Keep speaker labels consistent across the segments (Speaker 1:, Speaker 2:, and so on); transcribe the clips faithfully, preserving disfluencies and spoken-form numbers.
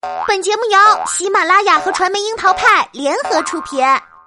Speaker 1: 本节目由喜马拉雅和传媒樱桃派联合出品。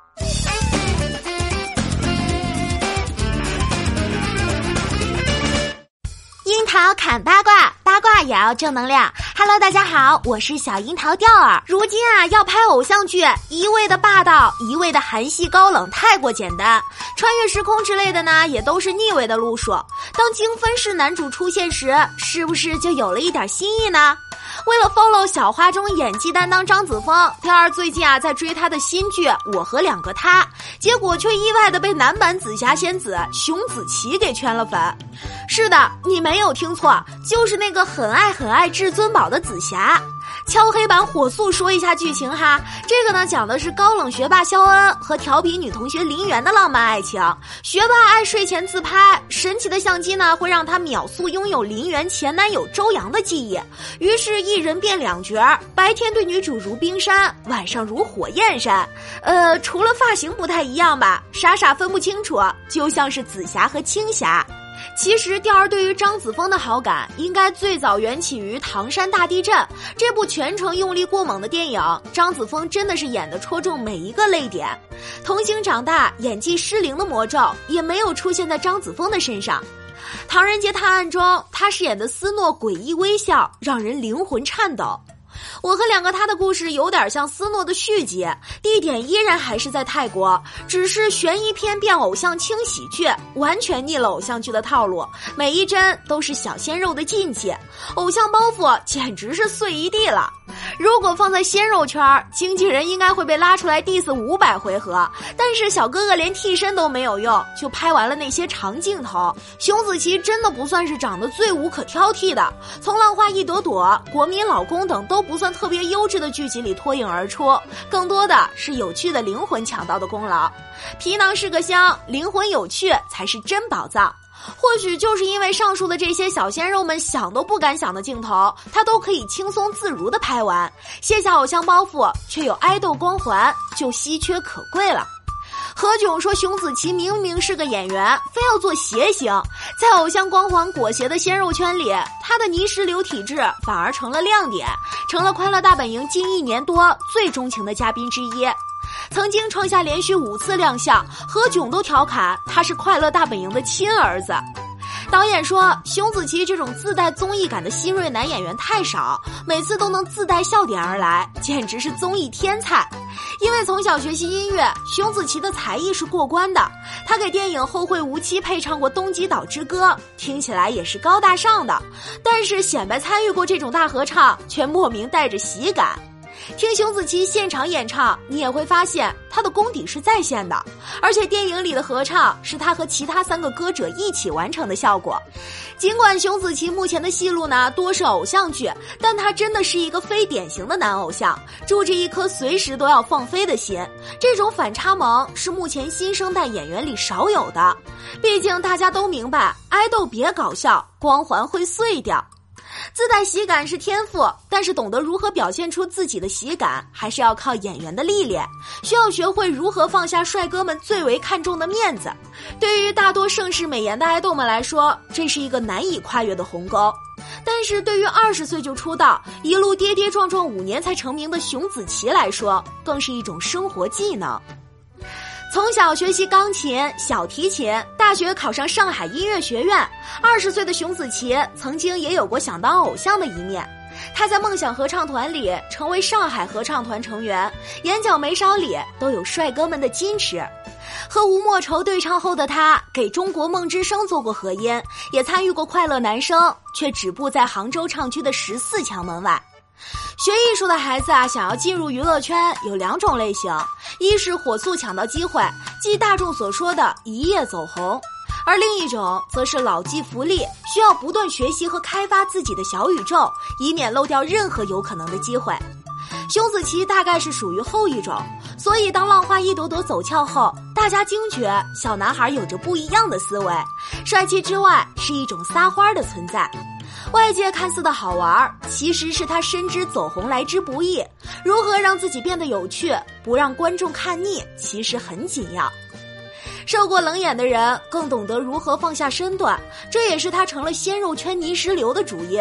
Speaker 1: 樱桃砍八卦，八卦也要正能量。Hello， 大家好，我是小樱桃钓儿。如今啊，要拍偶像剧，一味的霸道，一味的韩系高冷，太过简单。穿越时空之类的呢，也都是逆位的路数。当精分式男主出现时，是不是就有了一点新意呢？为了 follow 小花中演技担当张子枫，钓儿最近啊在追他的新剧《我和两个他》，结果却意外的被男版紫霞仙子熊梓淇给圈了粉。是的，你没有听错，就是那个很爱很爱至尊宝的紫霞。敲黑板火速说一下剧情哈，这个呢讲的是高冷学霸肖恩和调皮女同学林媛的浪漫爱情。学霸爱睡前自拍，神奇的相机呢会让他秒速拥有林媛前男友周洋的记忆，于是一人变两角，白天对女主如冰山，晚上如火焰山。呃，除了发型不太一样吧，傻傻分不清楚，就像是紫霞和青霞。其实钓儿对于张子枫的好感应该最早缘起于唐山大地震这部全程用力过猛的电影，张子枫真的是演得戳中每一个泪点。童星长大演技失灵的魔咒也没有出现在张子枫的身上。唐人街探案中他饰演的斯诺诡异微笑让人灵魂颤抖。我和两个他的故事有点像斯诺的续集，地点依然还是在泰国，只是悬疑片变偶像轻喜剧，完全逆了偶像剧的套路，每一帧都是小鲜肉的禁忌，偶像包袱简直是碎一地了。如果放在鲜肉圈，经纪人应该会被拉出来 diss 五百回合，但是小哥哥连替身都没有用，就拍完了那些长镜头。熊梓淇真的不算是长得最无可挑剔的，从浪花一朵朵、国民老公等都不算特别优质的剧集里脱颖而出，更多的是有趣的灵魂抢到的功劳。皮囊是个香，灵魂有趣才是真宝藏。或许就是因为上述的这些小鲜肉们想都不敢想的镜头，他都可以轻松自如地拍完，卸下偶像包袱却有爱豆光环，就稀缺可贵了。何炅说熊梓淇明明是个演员，非要做谐星，在偶像光环裹挟的鲜肉圈里，他的泥石流体质反而成了亮点，成了快乐大本营近一年多最钟情的嘉宾之一。曾经创下连续五次亮相，何炅都调侃他是快乐大本营的亲儿子。导演说熊梓淇这种自带综艺感的新锐男演员太少，每次都能自带笑点而来，简直是综艺天才。因为从小学习音乐，熊梓淇的才艺是过关的，他给电影《后会无期》配唱过《东极岛之歌》，听起来也是高大上的，但是显摆参与过这种大合唱却莫名带着喜感。听熊梓淇现场演唱，你也会发现他的功底是在线的，而且电影里的合唱是他和其他三个歌者一起完成的效果。尽管熊梓淇目前的戏路呢多是偶像剧，但他真的是一个非典型的男偶像，住着一颗随时都要放飞的心。这种反差萌是目前新生代演员里少有的，毕竟大家都明白，爱豆别搞笑，光环会碎掉。自带喜感是天赋，但是懂得如何表现出自己的喜感，还是要靠演员的历练，需要学会如何放下帅哥们最为看重的面子。对于大多盛世美颜的爱豆们来说，这是一个难以跨越的鸿沟。但是对于二十岁就出道，一路跌跌撞撞五年才成名的熊梓淇来说，更是一种生活技能。从小学习钢琴、小提琴，大学考上上海音乐学院。二十岁的熊梓淇曾经也有过想当偶像的一面，他在梦想合唱团里成为上海合唱团成员，眼角眉梢里都有帅哥们的矜持。和吴莫愁对唱后的他，给中国梦之声做过合音，也参与过快乐男声，却止步在杭州唱区的十四强门外。学艺术的孩子啊，想要进入娱乐圈有两种类型，一是火速抢到机会，即大众所说的一夜走红，而另一种则是老骥伏枥，需要不断学习和开发自己的小宇宙，以免漏掉任何有可能的机会。熊梓淇大概是属于后一种，所以当浪花一朵朵走俏后，大家惊觉小男孩有着不一样的思维，帅气之外是一种撒欢的存在。外界看似的好玩，其实是他深知走红来之不易，如何让自己变得有趣，不让观众看腻，其实很紧要。受过冷眼的人更懂得如何放下身段，这也是他成了鲜肉圈泥石流的主因。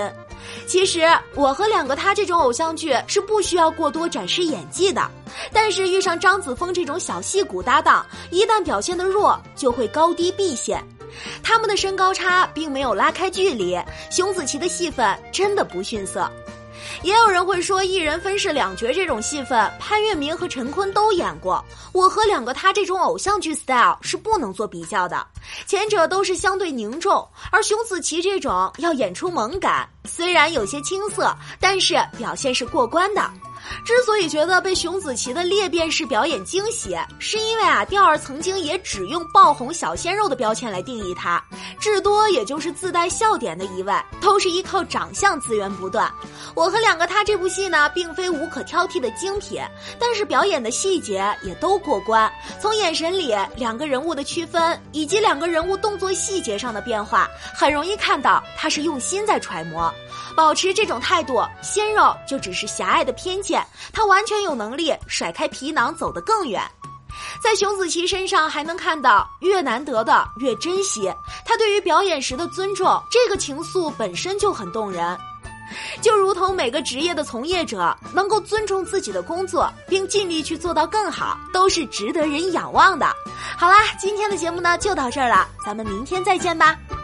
Speaker 1: 其实我和两个他这种偶像剧是不需要过多展示演技的，但是遇上张子枫这种小戏骨搭档，一旦表现得弱，就会高低毕现。他们的身高差并没有拉开距离，熊梓淇的戏份真的不逊色。也有人会说一人分饰两角这种戏份，潘粤明和陈坤都演过，我和两个他这种偶像剧 style 是不能做比较的。前者都是相对凝重，而熊梓淇这种要演出萌感，虽然有些青涩，但是表现是过关的。之所以觉得被熊梓淇的裂变式表演惊喜，是因为啊，调儿曾经也只用爆红小鲜肉的标签来定义他，至多也就是自带笑点的以外，都是依靠长相资源不断。我和两个他这部戏呢，并非无可挑剔的精品，但是表演的细节也都过关。从眼神里两个人物的区分，以及两个人物动作细节上的变化，很容易看到他是用心在揣摩。保持这种态度，鲜肉就只是狭隘的偏见，他完全有能力甩开皮囊走得更远。在熊梓淇身上还能看到越难得的越珍惜，他对于表演时的尊重，这个情愫本身就很动人。就如同每个职业的从业者能够尊重自己的工作，并尽力去做到更好，都是值得人仰望的。好啦，今天的节目呢就到这儿了，咱们明天再见吧。